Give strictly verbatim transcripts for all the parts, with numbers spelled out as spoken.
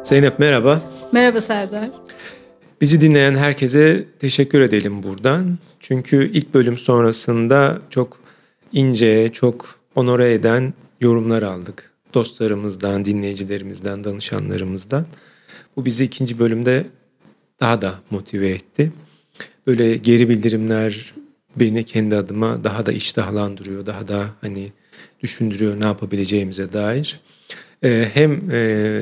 Zeynep merhaba. Merhaba Serdar. Bizi dinleyen herkese teşekkür edelim buradan. Çünkü ilk bölüm sonrasında çok ince, çok onore eden yorumlar aldık. Dostlarımızdan, dinleyicilerimizden, danışanlarımızdan. Bu bizi ikinci bölümde daha da motive etti. Böyle geri bildirimler beni kendi adıma daha da iştahlandırıyor. Daha da hani düşündürüyor ne yapabileceğimize dair. Ee, hem e,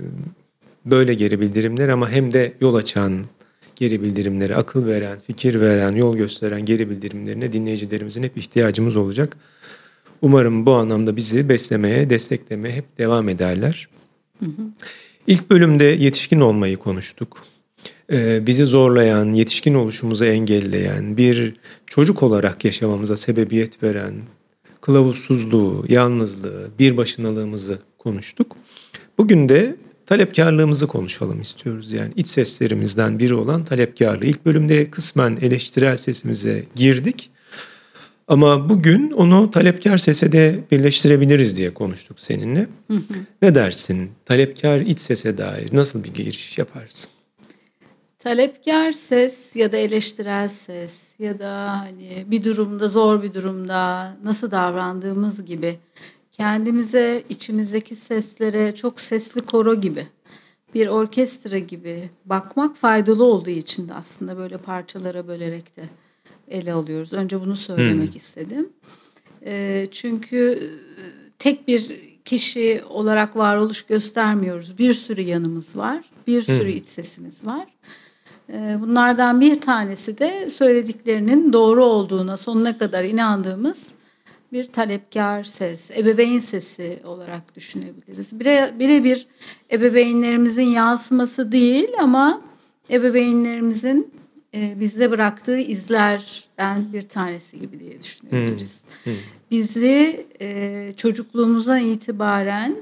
böyle geri bildirimler ama hem de yol açan geri bildirimleri, akıl veren, fikir veren, yol gösteren geri bildirimlerine dinleyicilerimizin hep ihtiyacımız olacak. Umarım bu anlamda bizi beslemeye, desteklemeye hep devam ederler. Hı hı. İlk bölümde yetişkin olmayı konuştuk. Ee, bizi zorlayan, yetişkin oluşumuzu engelleyen, bir çocuk olarak yaşamamıza sebebiyet veren kılavuzsuzluğu, yalnızlığı, bir başınalığımızı konuştuk. Bugün de talepkarlığımızı konuşalım istiyoruz. Yani iç seslerimizden biri olan talepkarlığı. İlk bölümde kısmen eleştirel sesimize girdik. Ama bugün onu talepkar sese de birleştirebiliriz diye konuştuk seninle. Hı hı. Ne dersin? Talepkar iç sese dair nasıl bir giriş yaparsın? Talepkar ses ya da eleştirel ses ya da hani bir durumda, zor bir durumda nasıl davrandığımız gibi kendimize, içimizdeki seslere çok sesli koro gibi, bir orkestra gibi bakmak faydalı olduğu için de aslında böyle parçalara bölerek de ele alıyoruz. Önce bunu söylemek hmm. istedim. E, çünkü tek bir kişi olarak varoluş göstermiyoruz. Bir sürü yanımız var, bir sürü hmm. iç sesimiz var. E, bunlardan bir tanesi de söylediklerinin doğru olduğuna sonuna kadar inandığımız bir talepkar ses, ebeveyn sesi olarak düşünebiliriz. Bire, birebir ebeveynlerimizin yansıması değil ama ebeveynlerimizin e, bizde bıraktığı izlerden bir tanesi gibi diye düşünebiliriz. Hmm. Hmm. Bizi e, çocukluğumuzdan itibaren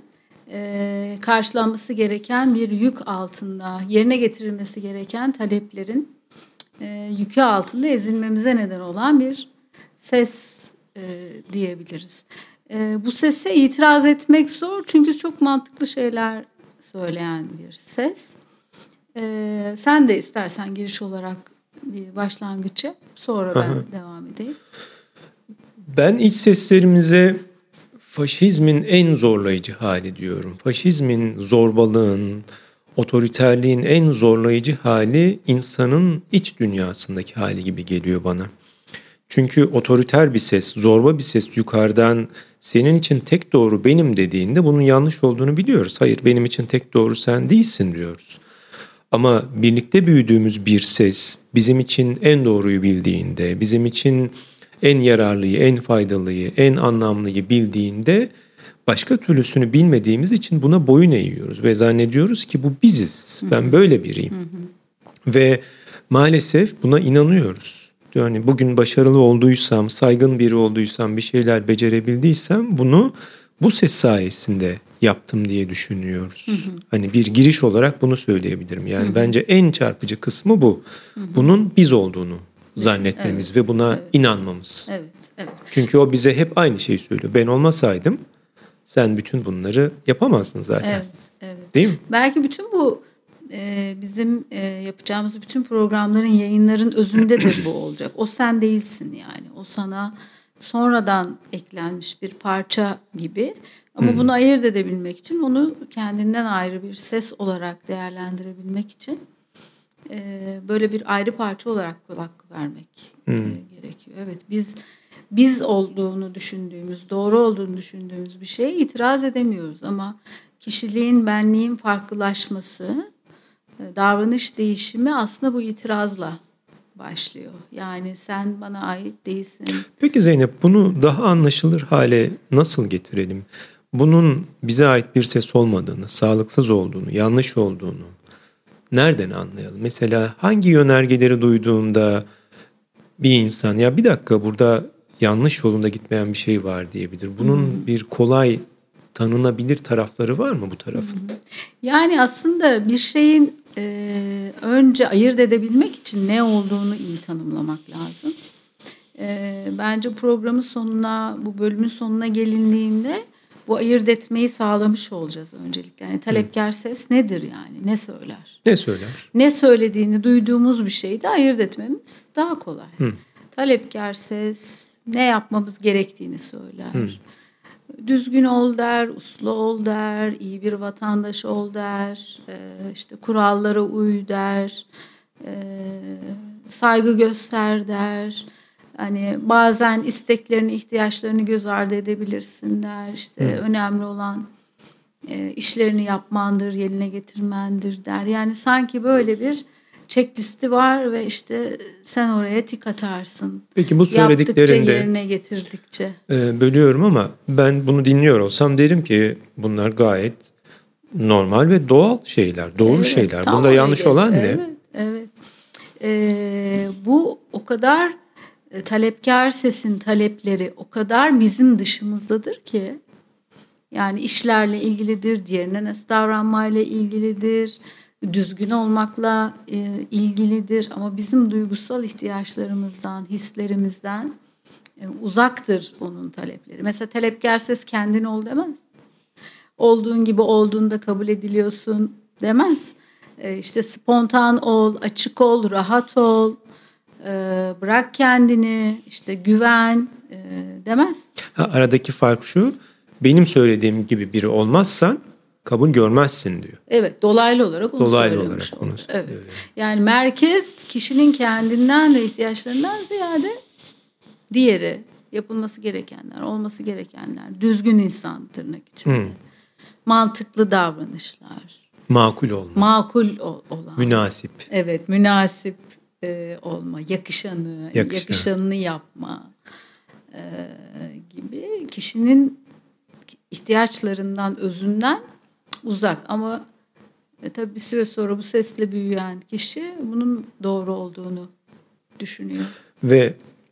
e, karşılanması gereken bir yük altında, yerine getirilmesi gereken taleplerin e, yükü altında ezilmemize neden olan bir ses E, diyebiliriz. E, bu sese itiraz etmek zor çünkü çok mantıklı şeyler söyleyen bir ses. E, sen de istersen giriş olarak bir başlangıç yap, sonra ben Aha. devam edeyim. Ben iç seslerimize faşizmin en zorlayıcı hali diyorum. Faşizmin, zorbalığın, otoriterliğin en zorlayıcı hali insanın iç dünyasındaki hali gibi geliyor bana. Çünkü otoriter bir ses, zorba bir ses yukarıdan senin için tek doğru benim dediğinde bunun yanlış olduğunu biliyoruz. Hayır, benim için tek doğru sen değilsin diyoruz. Ama birlikte büyüdüğümüz bir ses bizim için en doğruyu bildiğinde, bizim için en yararlıyı, en faydalıyı, en anlamlıyı bildiğinde başka türlüsünü bilmediğimiz için buna boyun eğiyoruz ve zannediyoruz ki bu biziz. Ben böyle biriyim. Hı hı. Ve maalesef buna inanıyoruz. Yani bugün başarılı olduysam, saygın biri olduysam, bir şeyler becerebildiysem bunu bu ses sayesinde yaptım diye düşünüyoruz. Hı hı. Hani bir giriş olarak bunu söyleyebilirim. Yani hı hı. bence en çarpıcı kısmı bu. Hı hı. Bunun biz olduğunu zannetmemiz evet. ve buna evet. inanmamız. Evet, evet. Çünkü o bize hep aynı şeyi söylüyor. Ben olmasaydım sen bütün bunları yapamazdın zaten. Evet, evet. Değil mi? Belki bütün bu bizim yapacağımız bütün programların, yayınların özünde de bu olacak. O sen değilsin yani. O sana sonradan eklenmiş bir parça gibi. Ama hmm. bunu ayırt edebilmek için onu kendinden ayrı bir ses olarak değerlendirebilmek için böyle bir ayrı parça olarak kulak vermek hmm. gerekiyor. Evet, biz biz olduğunu düşündüğümüz, doğru olduğunu düşündüğümüz bir şeye itiraz edemiyoruz. Ama kişiliğin, benliğin farklılaşması, davranış değişimi aslında bu itirazla başlıyor. Yani sen bana ait değilsin. Peki Zeynep, bunu daha anlaşılır hale nasıl getirelim? Bunun bize ait bir ses olmadığını, sağlıksız olduğunu, yanlış olduğunu nereden anlayalım? Mesela hangi yönergeleri duyduğunda bir insan ya bir dakika burada yanlış yolunda gitmeyen bir şey var diyebilir. Bunun hmm. bir kolay tanınabilir tarafları var mı bu tarafın? Yani aslında bir şeyin e, önce ayırt edebilmek için ne olduğunu iyi tanımlamak lazım. E, bence programın sonuna, bu bölümün sonuna gelindiğinde bu ayırt etmeyi sağlamış olacağız öncelikle. Yani talepkar ses nedir yani? Ne söyler? Ne söyler? Ne söylediğini duyduğumuz bir şeyi de ayırt etmemiz daha kolay. Hı. Talepkar ses ne yapmamız gerektiğini söyler. Hı. Düzgün ol der, uslu ol der, iyi bir vatandaş ol der, işte kurallara uy der, saygı göster der. Hani bazen isteklerini, ihtiyaçlarını göz ardı edebilirsin der. İşte Hı. önemli olan e, işlerini yapmandır, yerine getirmendir der. Yani sanki böyle bir checklisti var ve işte sen oraya tik atarsın. Peki bu söylediklerinde yaptıkça, yerine getirdikçe. E, bölüyorum ama ben bunu dinliyor olsam derim ki bunlar gayet normal ve doğal şeyler, doğru evet, şeyler. Bunda yanlış öyle. olan evet, ne? Evet. E, bu o kadar talepkar sesin talepleri o kadar bizim dışımızdadır ki, yani işlerle ilgilidir, diğerine nasıl davranmayla ilgilidir, düzgün olmakla e, ilgilidir ama bizim duygusal ihtiyaçlarımızdan, hislerimizden e, uzaktır onun talepleri. Mesela talepkar ses kendin ol demez. Olduğun gibi olduğunda kabul ediliyorsun demez. E, işte spontan ol, açık ol, rahat ol. Bırak kendini, işte güven e, demez. Ha, aradaki fark şu, benim söylediğim gibi biri olmazsan kabul görmezsin diyor. Evet, dolaylı olarak onu dolaylı söylemiş olarak onu olur. Evet. Yani merkez kişinin kendinden ve ihtiyaçlarından ziyade diğeri, yapılması gerekenler, olması gerekenler, düzgün insan tırnak içinde, hmm. mantıklı davranışlar, makul olma, makul olan, münasip. Evet, münasip. E, olma, yakışanı, Yakışan. yakışanını yapma e, gibi kişinin ihtiyaçlarından, özünden uzak. Ama e, tabii bir süre sonra bu sesle büyüyen kişi bunun doğru olduğunu düşünüyor. Ve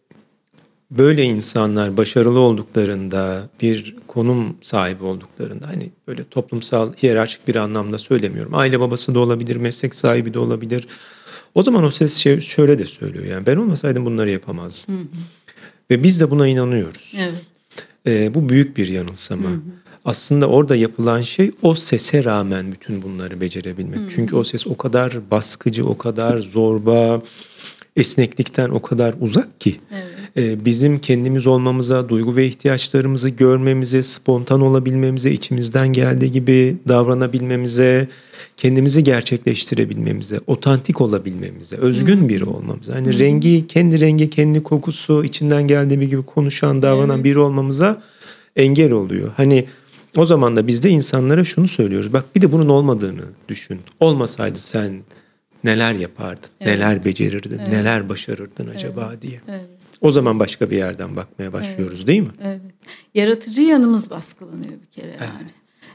böyle insanlar başarılı olduklarında, bir konum sahibi olduklarında, hani böyle toplumsal, hiyerarşik bir anlamda söylemiyorum. Aile babası da olabilir, meslek sahibi de olabilir. O zaman o ses şey, şöyle de söylüyor, yani ben olmasaydım bunları yapamazdım. Hı hı. Ve biz de buna inanıyoruz. Evet. Ee, bu büyük bir yanılsama. Hı hı. Aslında orada yapılan şey o sese rağmen bütün bunları becerebilmek. Hı hı. Çünkü o ses o kadar baskıcı, o kadar zorba, esneklikten o kadar uzak ki. Evet. Ee, bizim kendimiz olmamıza, duygu ve ihtiyaçlarımızı görmemize, spontan olabilmemize, içimizden geldiği gibi davranabilmemize, kendimizi gerçekleştirebilmemize, otantik olabilmemize, özgün hmm. biri olmamıza. Hani hmm. rengi, kendi rengi, kendi kokusu, içinden geldiği gibi konuşan, davranan evet. biri olmamıza engel oluyor. Hani o zaman da biz de insanlara şunu söylüyoruz. Bak bir de bunun olmadığını düşün. Olmasaydı sen neler yapardın, evet. neler becerirdin, evet. neler başarırdın acaba evet. diye. Evet. O zaman başka bir yerden bakmaya başlıyoruz evet. değil mi? Evet. Yaratıcı yanımız baskılanıyor bir kere yani. Evet.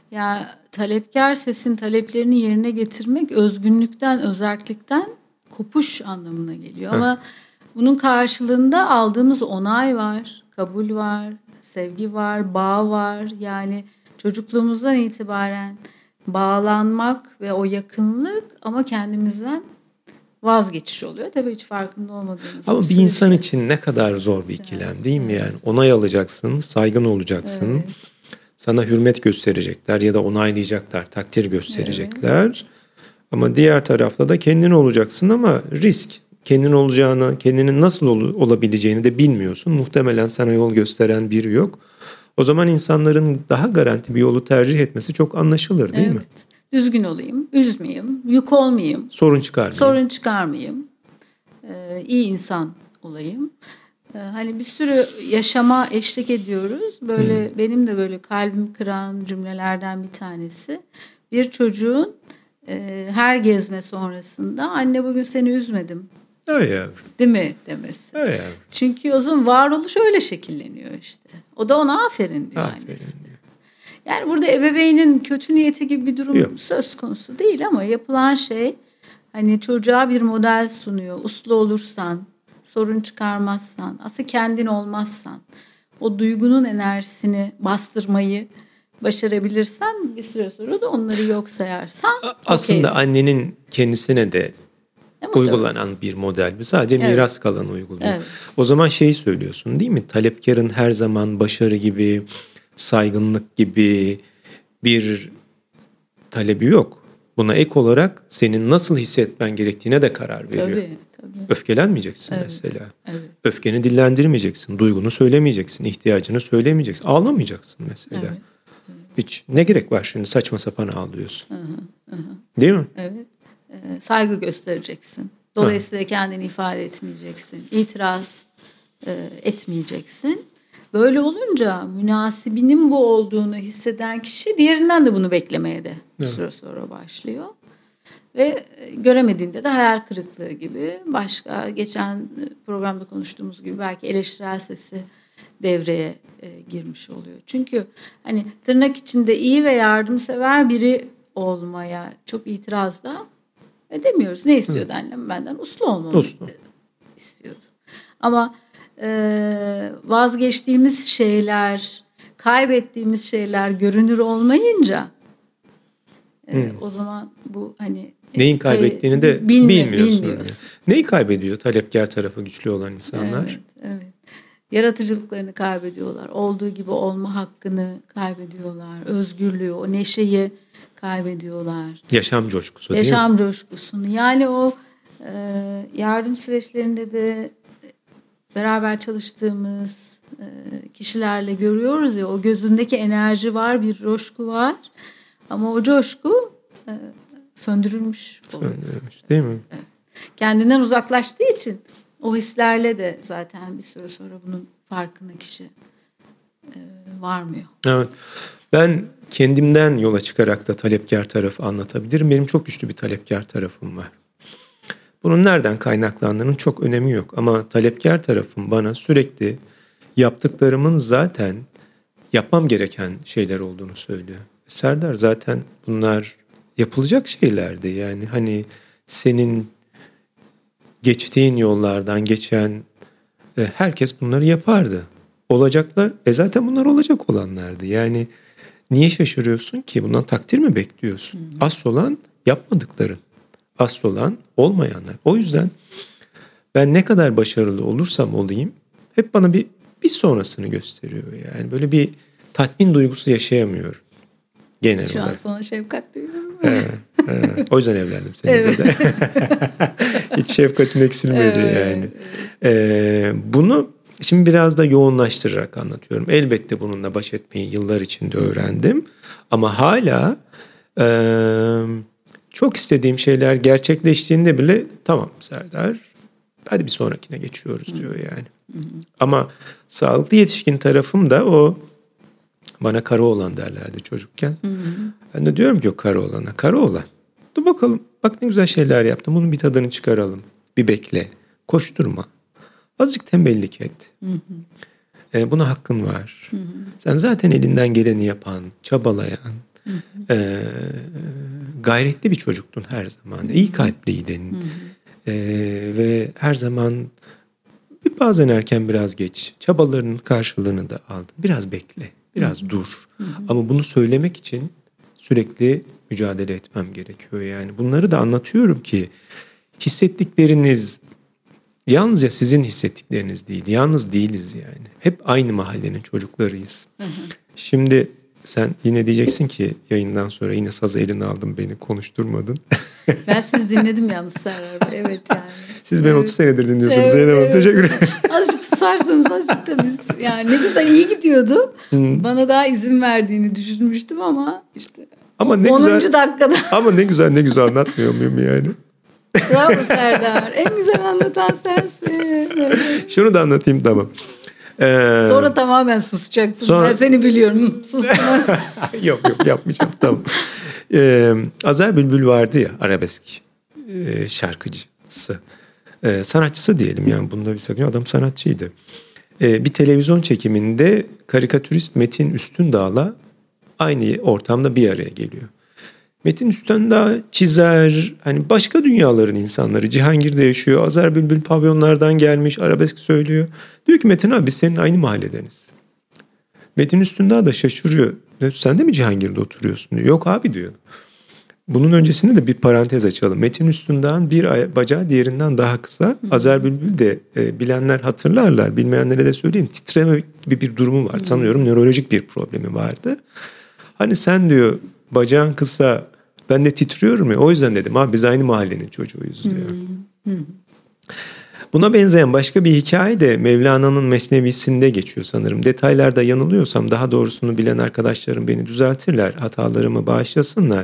Ya talepkar sesin taleplerini yerine getirmek özgünlükten, özerklikten kopuş anlamına geliyor. Ama evet. bunun karşılığında aldığımız onay var, kabul var, sevgi var, bağ var. Yani çocukluğumuzdan itibaren bağlanmak ve o yakınlık ama kendimizden vazgeçiş oluyor. Tabii hiç farkında olmadığımız. Ama bir insan şey. için ne kadar zor bir ikilem evet. değil mi? Yani onay alacaksın, saygın olacaksın. Evet. Sana hürmet gösterecekler ya da onaylayacaklar, takdir gösterecekler. Evet. Ama diğer tarafta da kendin olacaksın ama risk. Kendin olacağını, kendinin nasıl ol- olabileceğini de bilmiyorsun. Muhtemelen sana yol gösteren biri yok. O zaman insanların daha garanti bir yolu tercih etmesi çok anlaşılır değil evet. mi? Düzgün olayım, üzmeyeyim, yük olmayayım. Sorun çıkarmayayım. Sorun çıkarmayayım. Ee, iyi insan olayım. Ee, hani bir sürü yaşama eşlik ediyoruz. Böyle hmm. benim de böyle kalbimi kıran cümlelerden bir tanesi. Bir çocuğun e, her gezme sonrasında anne bugün seni üzmedim. Öyle yavrum. Değil mi demesi. Öyle yavrum. Çünkü o zaman varoluş öyle şekilleniyor işte. O da ona aferin diyor aferin annesi. diyor. Yani burada ebeveynin kötü niyeti gibi bir durum Yok. söz konusu değil ama yapılan şey hani çocuğa bir model sunuyor. Uslu olursan, sorun çıkarmazsan, aslında kendin olmazsan, o duygunun enerjisini bastırmayı başarabilirsen bir süre sonra da onları yok sayarsan aslında okeysin. Annenin kendisine de Ama uygulanan tabii. bir model. Sadece evet. miras kalanı uyguluyor. Evet. O zaman şeyi söylüyorsun değil mi? Talepkarın her zaman başarı gibi, saygınlık gibi bir talebi yok. Buna ek olarak senin nasıl hissetmen gerektiğine de karar veriyor. Tabii, tabii. Öfkelenmeyeceksin Evet, mesela. evet. Öfkeni dillendirmeyeceksin. Duygunu söylemeyeceksin. İhtiyacını söylemeyeceksin. Ağlamayacaksın mesela. Evet, evet. Hiç ne gerek var şimdi saçma sapan ağlıyorsun. Hı hı, hı. Değil mi? Evet. Ee, saygı göstereceksin. Dolayısıyla kendini ifade etmeyeceksin. İtiraz e, etmeyeceksin. Böyle olunca münasibinin bu olduğunu hisseden kişi diğerinden de bunu beklemeye de bir Evet. süre sonra başlıyor. Ve göremediğinde de hayal kırıklığı gibi başka geçen programda konuştuğumuz gibi belki eleştirel sesi devreye e, girmiş oluyor. Çünkü hani tırnak içinde iyi ve yardımsever biri olmaya çok itiraz da edemiyoruz. Ne istiyordu annem benden? Uslu olmamı Uslu. istiyordu. Ama e, vazgeçtiğimiz şeyler, kaybettiğimiz şeyler görünür olmayınca e, Hmm. o zaman bu hani Neyin kaybettiğini de bilmi- bilmiyorsun. bilmiyorsun. Yani. Neyi kaybediyor talepkar tarafı güçlü olan insanlar? Evet, evet. Yaratıcılıklarını kaybediyorlar. Olduğu gibi olma hakkını kaybediyorlar. Özgürlüğü, o neşeyi kaybediyorlar. Yaşam coşkusu değil mi? Yaşam coşkusunu. Yani o e, yardım süreçlerinde de beraber çalıştığımız e, kişilerle görüyoruz ya, o gözündeki enerji var, bir coşku var. Ama o coşku e, söndürülmüş oluyor. Söndürülmüş değil mi? Evet. Kendinden uzaklaştığı için o hislerle de zaten bir süre sonra bunun farkına kişi e, varmıyor. Evet. Ben kendimden yola çıkarak da talepkar tarafı anlatabilirim. Benim çok güçlü bir talepkar tarafım var. Bunun nereden kaynaklandığının çok önemi yok. Ama talepkar tarafım bana sürekli yaptıklarımın zaten yapmam gereken şeyler olduğunu söylüyor. Serdar, zaten bunlar yapılacak şeylerdi. Yani hani senin geçtiğin yollardan geçen e, herkes bunları yapardı. Olacaklar, e zaten bunlar olacak olanlardı. Yani niye şaşırıyorsun ki? Bundan takdir mi bekliyorsun? Hmm. Asıl olan yapmadıkların. Asıl olan olmayanlar. O yüzden ben ne kadar başarılı olursam olayım hep bana bir bir sonrasını gösteriyor. Yani böyle bir tatmin duygusu yaşayamıyorum genel Şu olarak. an sana şefkat duyuyorum. Evet, evet. O yüzden evlendim seninle evet. zaten. Hiç şefkatin eksilmedi evet. yani. Ee, bunu şimdi biraz da yoğunlaştırarak anlatıyorum. Elbette bununla baş etmeyi yıllar içinde öğrendim. Ama hala e, çok istediğim şeyler gerçekleştiğinde bile tamam Serdar, hadi bir sonrakine geçiyoruz diyor yani. Ama sağlıklı yetişkin tarafım da o, bana kara oğlan derlerdi çocukken. Hı hı. Ben de diyorum ki o kara oğlana, kara oğlan. Dur bakalım, bak ne güzel şeyler yaptım, bunun bir tadını çıkaralım. Bir bekle, koşturma. Azıcık tembellik et. Hı hı. E, buna hakkın var. Hı hı. Sen zaten elinden geleni yapan, çabalayan, hı hı. E, gayretli bir çocuktun her zaman. Hı hı. İyi kalpliydin. Hı hı. E, ve her zaman bazen erken biraz geç çabalarının karşılığını da aldın. Biraz bekle. Biraz Hı-hı. dur. Hı-hı. Ama bunu söylemek için sürekli mücadele etmem gerekiyor. Yani bunları da anlatıyorum ki hissettikleriniz yalnızca sizin hissettikleriniz değil. Yalnız değiliz yani. Hep aynı mahallenin çocuklarıyız. Hı-hı. Şimdi sen yine diyeceksin ki yayından sonra yine sazı eline aldın, beni konuşturmadın. Ben sizi dinledim yalnız Serdar Bey. Evet yani. Siz beni evet. otuz senedir dinliyorsunuz. Evet, Zeynep Hanım evet. Teşekkür ederim. Azıcık susarsanız azıcık da biz yani ne güzel iyi gidiyordu. Hmm. Bana daha izin verdiğini düşünmüştüm ama işte ama ne onuncu güzel, dakikada. Ama ne güzel ne güzel anlatmıyor muyum yani? Bravo Serdar. En güzel anlatan sensin. Şunu da anlatayım tamam. Ee, sonra tamamen susacaksın. Sonra... Ben seni biliyorum. Sustum. yok yok yapmayacağım tamam. Ee, Azer Bülbül vardı ya, arabesk e, şarkıcısı. Ee, sanatçısı diyelim yani, bunda bir sakınca, adam sanatçıydı. Ee, bir televizyon çekiminde karikatürist Metin Üstündağ'la aynı ortamda bir araya geliyor. Metin Üstündağ çizer, hani başka dünyaların insanları, Cihangir'de yaşıyor. Azer Bülbül pavyonlardan gelmiş, arabesk söylüyor. Diyor ki Metin abi, biz senin aynı mahalledeniz. Metin Üstündağ da şaşırıyor. Sen de mi Cihangir'de oturuyorsun diyor. Yok abi diyor. bunun öncesinde de bir parantez açalım. Metin Üstündağ'ın bir ay- bacağı diğerinden daha kısa. Hı. Azer Bülbül de e, bilenler hatırlarlar. Bilmeyenlere de söyleyeyim. Titreme gibi bir durumu var. Hı. Sanıyorum nörolojik bir problemi vardı. Hani sen diyor bacağın kısa, ben de titriyorum ya. O yüzden dedim abi biz aynı mahallenin çocuğuyuz diyor. Hı. Hı. Buna benzeyen başka bir hikaye de Mevlana'nın Mesnevisinde geçiyor sanırım. Detaylarda yanılıyorsam daha doğrusunu bilen arkadaşlarım beni düzeltirler. Hatalarımı bağışlasınlar.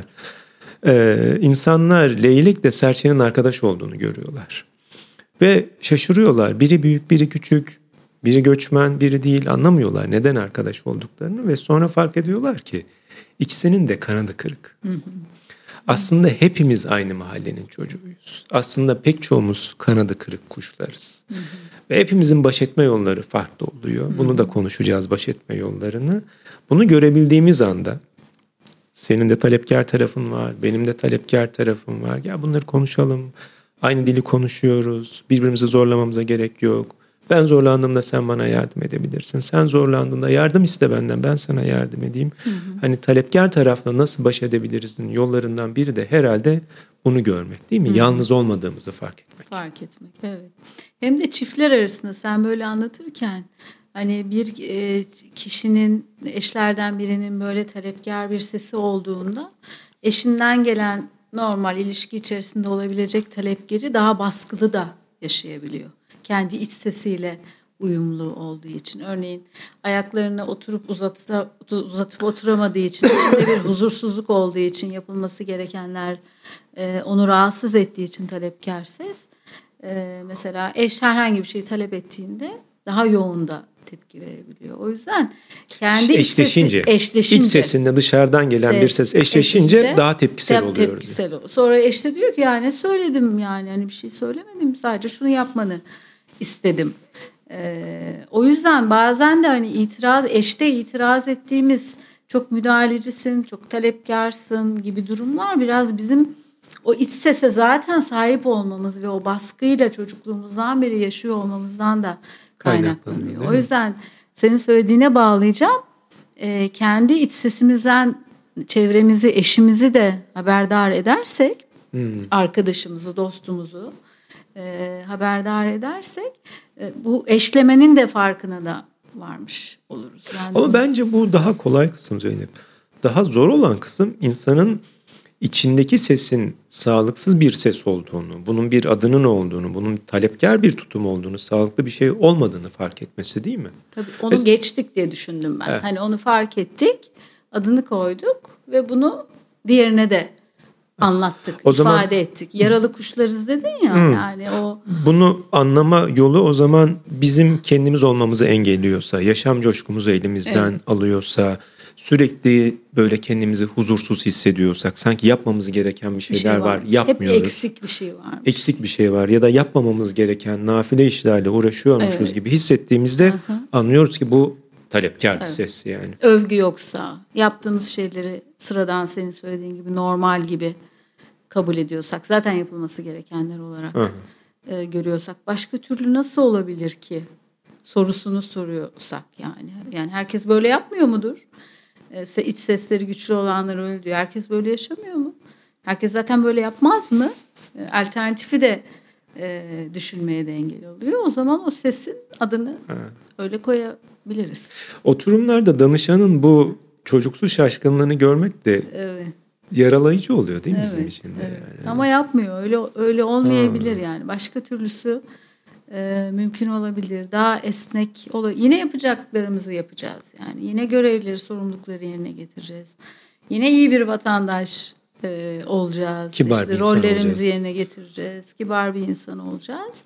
Ee, insanlar leylekle serçenin arkadaş olduğunu görüyorlar. Ve şaşırıyorlar. Biri büyük, biri küçük, biri göçmen, biri değil, anlamıyorlar neden arkadaş olduklarını. Ve sonra fark ediyorlar ki ikisinin de kanadı kırık. Hı hı. Aslında hepimiz aynı mahallenin çocuğuyuz. Aslında pek çoğumuz kanadı kırık kuşlarız. Hı hı. Ve hepimizin baş etme yolları farklı oluyor. Bunu hı hı. da konuşacağız, baş etme yollarını. Bunu görebildiğimiz anda senin de talepkar tarafın var, benim de talepkar tarafım var. Ya bunları konuşalım. Aynı dili konuşuyoruz. Birbirimizi zorlamamıza gerek yok. Ben zorlandığımda sen bana yardım edebilirsin. Sen zorlandığında yardım iste benden, ben sana yardım edeyim. Hı hı. Hani talepkar tarafla nasıl baş edebilirizin yollarından biri de herhalde bunu görmek, değil mi? Hı hı. Yalnız olmadığımızı fark etmek. Fark etmek, evet. Hem de çiftler arasında sen böyle anlatırken hani bir e, kişinin, eşlerden birinin böyle talepkar bir sesi olduğunda eşinden gelen normal ilişki içerisinde olabilecek talepkiri daha baskılı da yaşayabiliyor. Kendi iç sesiyle uyumlu olduğu için. Örneğin ayaklarını oturup uzatıp, uzatıp oturamadığı için, içinde bir huzursuzluk olduğu için, yapılması gerekenler e, onu rahatsız ettiği için talepkar ses. E, mesela eş herhangi bir şeyi talep ettiğinde daha yoğun da tepki verebiliyor. O yüzden kendi eşleşince, iç sesi, eşleşince iç sesinde dışarıdan gelen ses, bir ses eşleşince, eşleşince daha tepkisel oluyor. Tepkisel oluyor. Sonra eş de diyor ki yani söyledim yani hani bir şey söylemedim, sadece şunu yapmanı istedim. Ee, o yüzden bazen de hani itiraz, eşte itiraz ettiğimiz çok müdahalecisin, çok talepkarsın gibi durumlar biraz bizim o iç sese zaten sahip olmamız ve o baskıyla çocukluğumuzdan beri yaşıyor olmamızdan da kaynaklanıyor. O yüzden senin söylediğine bağlayacağım. Ee, kendi iç sesimizden çevremizi, eşimizi de haberdar edersek, hmm. arkadaşımızı, dostumuzu e, haberdar edersek e, bu eşlemenin de farkına da varmış oluruz. Yani ama bence bu daha kolay kısım Zeynep. Daha zor olan kısım insanın içindeki sesin sağlıksız bir ses olduğunu, bunun bir adının olduğunu, bunun talepkar bir tutum olduğunu, sağlıklı bir şey olmadığını fark etmesi, değil mi? Tabii onu Mes- geçtik diye düşündüm ben. Evet. Hani onu fark ettik, adını koyduk ve bunu diğerine de anlattık, o ifade zaman, ettik. Yaralı kuşlarız dedin ya. Hmm, yani o bunu anlama yolu o zaman bizim kendimiz olmamızı engelliyorsa, yaşam coşkumuzu elimizden evet. alıyorsa, sürekli böyle kendimizi huzursuz hissediyorsak, sanki yapmamız gereken bir şeyler bir şey var. var, yapmıyoruz. Hep eksik bir şey var. Eksik bir şey var ya da yapmamamız gereken nafile işlerle uğraşıyormuşuz evet. gibi hissettiğimizde Hı-hı. anlıyoruz ki bu talepkar bir evet. ses yani. Övgü yoksa, yaptığımız şeyleri sıradan senin söylediğin gibi normal gibi kabul ediyorsak, zaten yapılması gerekenler olarak e, görüyorsak, başka türlü nasıl olabilir ki sorusunu soruyorsak yani. Yani herkes böyle yapmıyor mudur? E, iç sesleri güçlü olanlar öyle diyor. Herkes böyle yaşamıyor mu? Herkes zaten böyle yapmaz mı? E, alternatifi de e, düşünmeye de engel oluyor. O zaman o sesin adını evet. öyle koyabiliriz. Oturumlarda danışanın bu çocuksu şaşkınlığını görmek de evet. yaralayıcı oluyor değil mi evet, bizim için de? Evet. Yani. Ama yapmıyor. Öyle öyle olmayabilir ha. yani. Başka türlüsü e, mümkün olabilir. Daha esnek olabilir. Yine yapacaklarımızı yapacağız. Yani yine görevleri, sorumlulukları yerine getireceğiz. Yine iyi bir vatandaş e, olacağız. Kibar işte bir insan rollerimizi olacağız. yerine getireceğiz. Kibar bir insan olacağız.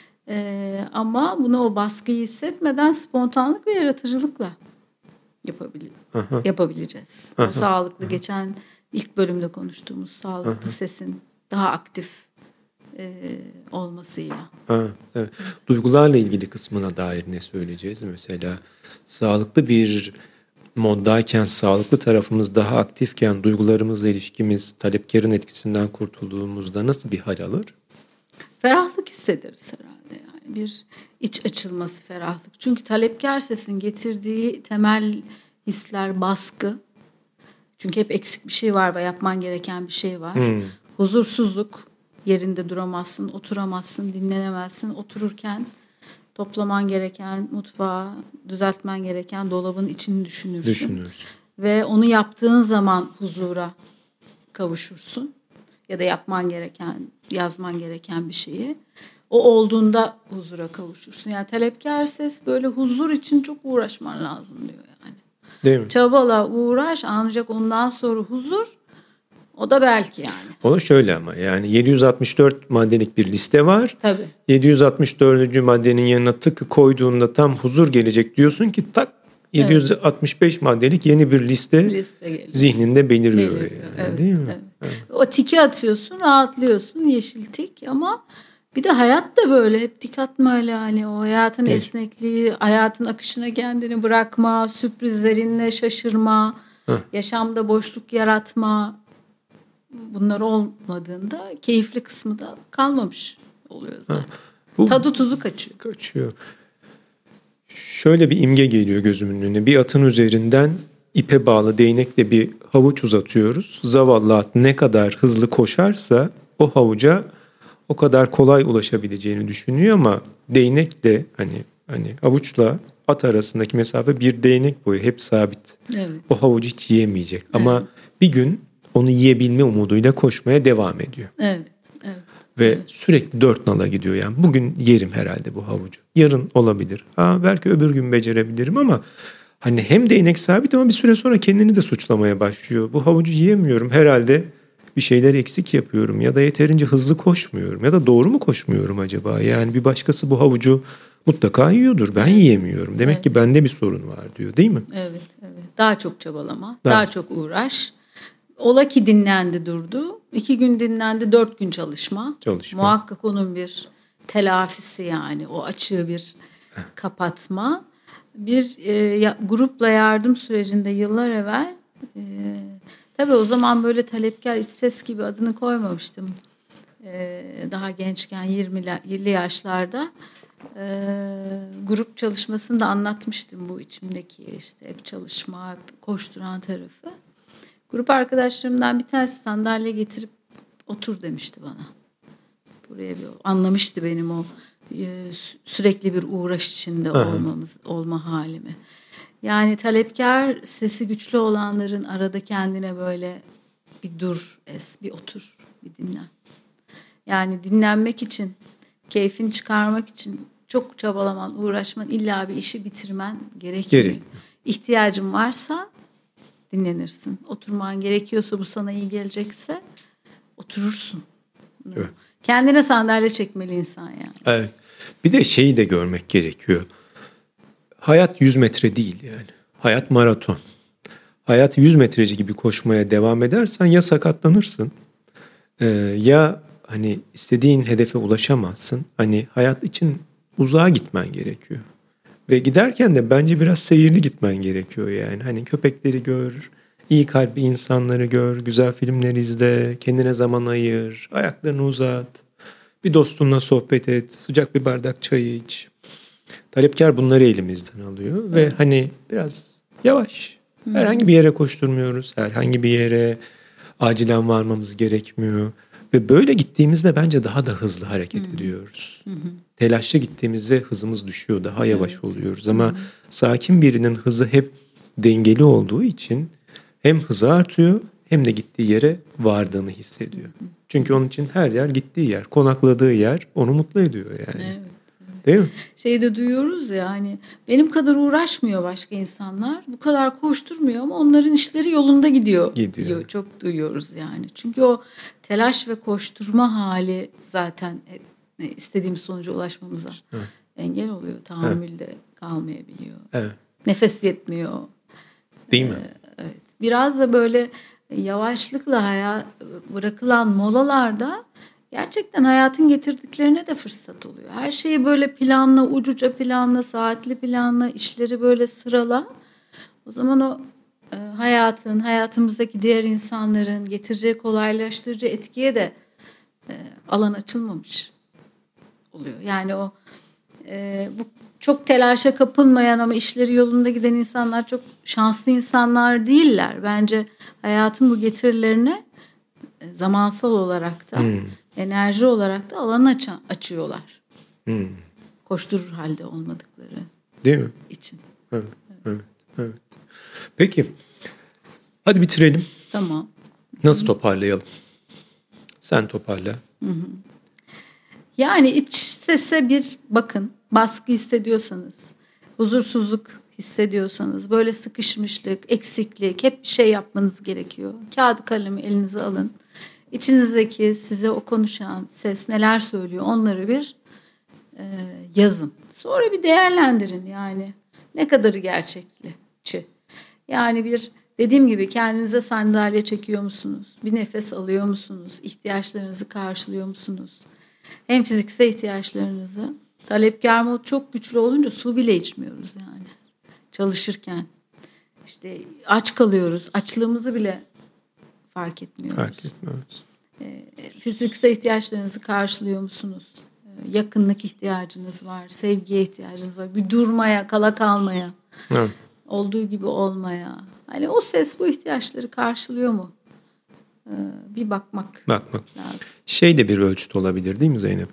E, ama bunu o baskıyı hissetmeden spontanlık ve yaratıcılıkla yapabilir, yapabileceğiz. Aha. O sağlıklı Aha. geçen ilk bölümde konuştuğumuz sağlıklı Aha. sesin daha aktif e, olmasıyla. Ha, evet. Duygularla ilgili kısmına dair ne söyleyeceğiz? Mesela sağlıklı bir moddayken, sağlıklı tarafımız daha aktifken, duygularımızla ilişkimiz talepkarın etkisinden kurtulduğumuzda nasıl bir hal alır? Ferahlık hissederiz herhalde. Yani bir iç açılması, ferahlık. Çünkü talepkar sesin getirdiği temel hisler baskı. Çünkü hep eksik bir şey var ve yapman gereken bir şey var. Hmm. Huzursuzluk, yerinde duramazsın, oturamazsın, dinlenemezsin. Otururken toplaman gereken mutfağı, düzeltmen gereken dolabın içini düşünürsün. Düşünürsün. Ve onu yaptığın zaman huzura kavuşursun. Ya da yapman gereken, yazman gereken bir şeyi. O olduğunda huzura kavuşursun. Yani talepkar ses böyle huzur için çok uğraşman lazım diyor yani. Değil mi? Çabala, uğraş, ancak ondan sonra huzur, o da belki yani. O da şöyle ama yani yedi yüz altmış dört maddelik bir liste var. Tabii. yedi yüz altmış dördüncü maddenin yanına tıkı koyduğunda tam huzur gelecek diyorsun ki tak yedi yüz altmış beş evet. maddelik yeni bir liste, liste zihninde beliriyor. beliriyor. Yani, evet, değil mi? Evet. Evet. O tiki atıyorsun, rahatlıyorsun, yeşil tik, ama bir de hayat da böyle hep tik atmayla, hani o hayatın evet. esnekliği, hayatın akışına kendini bırakma, sürprizlerinle şaşırma, Heh. yaşamda boşluk yaratma, bunlar olmadığında keyifli kısmı da kalmamış oluyor zaten. Bu, tadı tuzu kaçıyor. Kaçıyor. Şöyle bir imge geliyor gözümün önüne. Bir atın üzerinden ipe bağlı değnekle bir havuç uzatıyoruz. Zavallı at ne kadar hızlı koşarsa o havuca o kadar kolay ulaşabileceğini düşünüyor ama değnek de hani hani havuçla at arasındaki mesafe bir değnek boyu, hep sabit. Evet. O havucu hiç yiyemeyecek. Evet. Ama bir gün onu yiyebilme umuduyla koşmaya devam ediyor. Evet. Evet. Ve evet. sürekli dört nala gidiyor yani. Bugün yerim herhalde bu havucu. Yarın olabilir. Ha, belki öbür gün becerebilirim ama hani hem değnek sabit ama bir süre sonra kendini de suçlamaya başlıyor. Bu havucu yiyemiyorum herhalde, bir şeyler eksik yapıyorum ya da yeterince hızlı koşmuyorum ya da doğru mu koşmuyorum acaba? Yani bir başkası bu havucu mutlaka yiyordur. Ben yiyemiyorum. Demek evet. ki bende bir sorun var diyor, değil mi? Evet, evet. Daha çok çabalama, daha, daha çok uğraş. Ola ki dinlendi, durdu. İki gün dinlendi, dört gün çalışma. Çalışma. Muhakkak onun bir telafisi, yani o açığı bir kapatma. Bir e, ya, grupla yardım sürecinde yıllar evvel, e, tabii o zaman böyle talepkar iç ses gibi adını koymamıştım. E, daha gençken yirmili yaşlarda e, grup çalışmasında anlatmıştım bu içimdeki işte hep çalışma, hep koşturan tarafı. Grup arkadaşlarımdan bir tanesi sandalye getirip otur demişti bana. Buraya bir anlamıştı benim o e, sürekli bir uğraş içinde olmamız, olma halimi. Yani talepkar sesi güçlü olanların arada kendine böyle bir dur, es, bir otur, bir dinlen. Yani dinlenmek için, keyfini çıkarmak için çok çabalaman, uğraşman, illa bir işi bitirmen gerekmiyor. Gerek. İhtiyacın varsa dinlenirsin. Oturman gerekiyorsa, bu sana iyi gelecekse oturursun. Evet. Kendine sandalye çekmeli insan yani. Evet. Bir de şeyi de görmek gerekiyor. Hayat yüz metre değil yani. Hayat maraton. Hayat yüz metreci gibi koşmaya devam edersen ya sakatlanırsın e, ya hani istediğin hedefe ulaşamazsın. Hani hayat için uzağa gitmen gerekiyor. Ve giderken de bence biraz seyirli gitmen gerekiyor yani. Hani köpekleri gör, iyi kalpli insanları gör, güzel filmler izle, kendine zaman ayır, ayaklarını uzat, bir dostunla sohbet et, sıcak bir bardak çay iç. Talepkar bunları elimizden alıyor ve hani biraz yavaş. Herhangi bir yere koşturmuyoruz, herhangi bir yere acilen varmamız gerekmiyor. Ve böyle gittiğimizde bence daha da hızlı hareket Hı-hı. ediyoruz. Hı-hı. Telaşlı gittiğimizde hızımız düşüyor, daha yavaş evet. oluyoruz. Ama Hı-hı. sakin birinin hızı hep dengeli olduğu için hem hızı artıyor hem de gittiği yere vardığını hissediyor. Hı-hı. Çünkü onun için her yer gittiği yer, konakladığı yer onu mutlu ediyor yani. Evet. Değil mi? Şeyde duyuyoruz ya, hani benim kadar uğraşmıyor başka insanlar, bu kadar koşturmuyor ama onların işleri yolunda gidiyor. Gidiyor. Diyor. Çok duyuyoruz yani. Çünkü o telaş ve koşturma hali zaten istediğimiz sonuca ulaşmamıza evet. engel oluyor. Tahammülde evet. kalmayabiliyor. Evet. Nefes yetmiyor. Değil mi? Evet. Biraz da böyle yavaşlıkla hayat bırakılan molalarda gerçekten hayatın getirdiklerine de fırsat oluyor. Her şeyi böyle planla, ucuca planla, saatli planla, işleri böyle sırala. O zaman o e, hayatın, hayatımızdaki diğer insanların getireceği kolaylaştırıcı etkiye de e, alan açılmamış oluyor. Yani o e, bu çok telaşa kapılmayan ama işleri yolunda giden insanlar çok şanslı insanlar değiller. Bence hayatın bu getirilerine zamansal olarak da hmm. enerji olarak da alan aç- açıyorlar. Hmm. Koşturur halde olmadıkları değil mi? için. Evet, evet, evet. Peki, hadi bitirelim. Tamam. Nasıl toparlayalım? Sen toparla. Hı hı. Yani iç sese bir bakın. Baskı hissediyorsanız, huzursuzluk hissediyorsanız, böyle sıkışmışlık, eksiklik, hep bir şey yapmanız gerekiyor. Kağıdı kalemi elinize alın. İçinizdeki size o konuşan ses neler söylüyor onları bir e, yazın. Sonra bir değerlendirin yani. Ne kadarı gerçekçi? Yani bir dediğim gibi kendinize sandalye çekiyor musunuz? Bir nefes alıyor musunuz? İhtiyaçlarınızı karşılıyor musunuz? Hem fiziksel ihtiyaçlarınızı. Talepkar mod çok güçlü olunca su bile içmiyoruz yani. Çalışırken. İşte aç kalıyoruz. Açlığımızı bile fark etmiyoruz. Fark etmiyoruz. E, fiziksel ihtiyaçlarınızı karşılıyor musunuz? E, yakınlık ihtiyacınız var. Sevgiye ihtiyacınız var. Bir durmaya, kala kalmaya. Evet. Olduğu gibi olmaya. Hani o ses bu ihtiyaçları karşılıyor mu? Ee, bir bakmak, bakmak lazım. Şey de bir ölçüt olabilir değil mi Zeynep?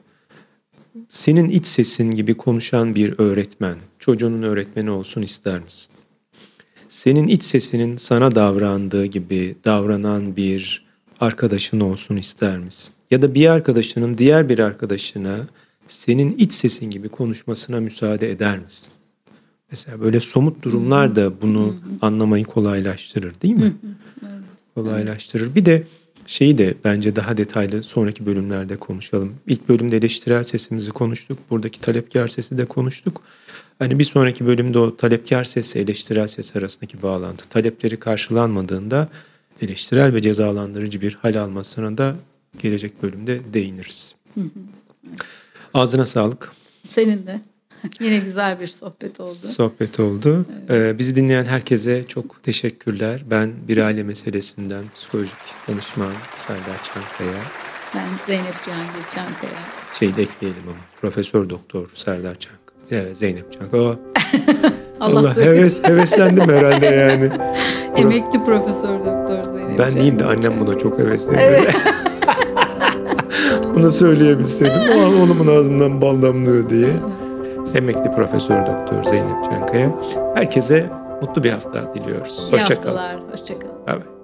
Senin iç sesin gibi konuşan bir öğretmen, çocuğunun öğretmeni olsun ister misin? Senin iç sesinin sana davrandığı gibi davranan bir arkadaşın olsun ister misin? Ya da bir arkadaşının diğer bir arkadaşına senin iç sesin gibi konuşmasına müsaade eder misin? Mesela böyle somut durumlar da bunu hı hı. anlamayı kolaylaştırır değil mi? Hı hı. Evet. Kolaylaştırır. Bir de şeyi de bence daha detaylı sonraki bölümlerde konuşalım. İlk bölümde eleştirel sesimizi konuştuk. Buradaki talepkar sesi de konuştuk. Hani bir sonraki bölümde o talepkar sesle eleştirel ses arasındaki bağlantı, talepleri karşılanmadığında eleştirel ve cezalandırıcı bir hal almasına da gelecek bölümde değiniriz. Hı hı. Evet. Ağzına sağlık. Senin de. Yine güzel bir sohbet oldu. Sohbet oldu. Evet. Ee, bizi dinleyen herkese çok teşekkürler. Ben bir aile meselesinden psikolojik danışman Serdar Çankaya. Ben Zeynep Cihangir Çankaya. Şey de ekleyelim ama. Profesör Doktor Serdar Çankaya. Evet, Zeynep Çankaya. Allah, Allah heves, heveslendim herhalde yani. Emekli Profesör Doktor Zeynep Ben diyeyim de annem buna çok heveslendi. Evet. Bunu söyleyebilseydim o an oğlumun ağzından bal damlıyor diye. Emekli Profesör Doktor Zeynep Çankaya. Herkese mutlu bir hafta diliyoruz. İyi Hoşça kalın. haftalar. Hoşça kalın. Evet.